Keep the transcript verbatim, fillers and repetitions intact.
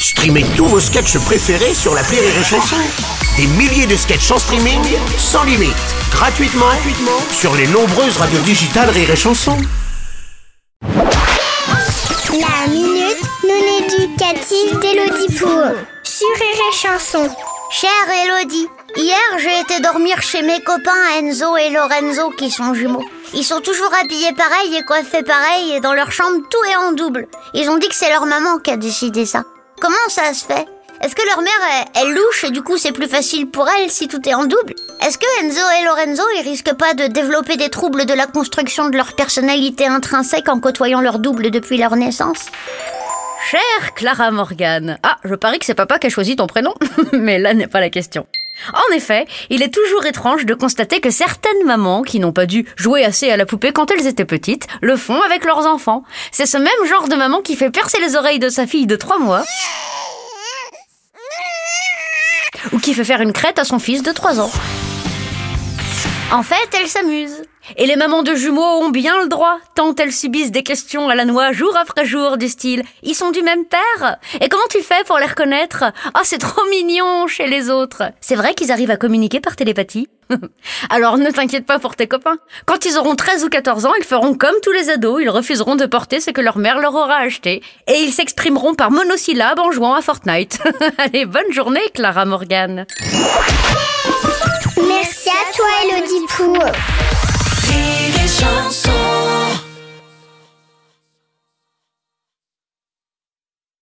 Streamez tous vos sketchs préférés sur l'appli Rire et Chanson. Des milliers de sketchs en streaming, sans limite, gratuitement, gratuitement sur les nombreuses radios digitales Rire et Chanson. La minute non éducative d'Élodie Pou sur Rire et Chanson. Chère Élodie, hier j'ai été dormir chez mes copains Enzo et Lorenzo qui sont jumeaux. Ils sont toujours habillés pareil et coiffés pareil et dans leur chambre tout est en double. Ils ont dit que c'est leur maman qui a décidé ça. Comment ça se fait? Est-ce que leur mère est, est louche et du coup c'est plus facile pour elle si tout est en double? Est-ce que Enzo et Lorenzo ils risquent pas de développer des troubles de la construction de leur personnalité intrinsèque en côtoyant leur double depuis leur naissance? Chère Clara Morgan. Ah, je parie que c'est papa qui a choisi ton prénom, mais là n'est pas la question. En effet, il est toujours étrange de constater que certaines mamans qui n'ont pas dû jouer assez à la poupée quand elles étaient petites, le font avec leurs enfants. C'est ce même genre de maman qui fait percer les oreilles de sa fille de trois mois ou qui fait faire une crête à son fils de trois ans. En fait, elle s'amuse. Et les mamans de jumeaux ont bien le droit, tant elles subissent des questions à la noix jour après jour du style « Ils sont du même père ? Et comment tu fais pour les reconnaître ? Oh, c'est trop mignon chez les autres !» C'est vrai qu'ils arrivent à communiquer par télépathie. Alors ne t'inquiète pas pour tes copains. Quand ils auront treize ou quatorze ans, ils feront comme tous les ados, ils refuseront de porter ce que leur mère leur aura acheté. Et ils s'exprimeront par monosyllabes en jouant à Fortnite. Allez, bonne journée Clara Morgan. Merci à toi Élodie Pou. Rire et Chanson.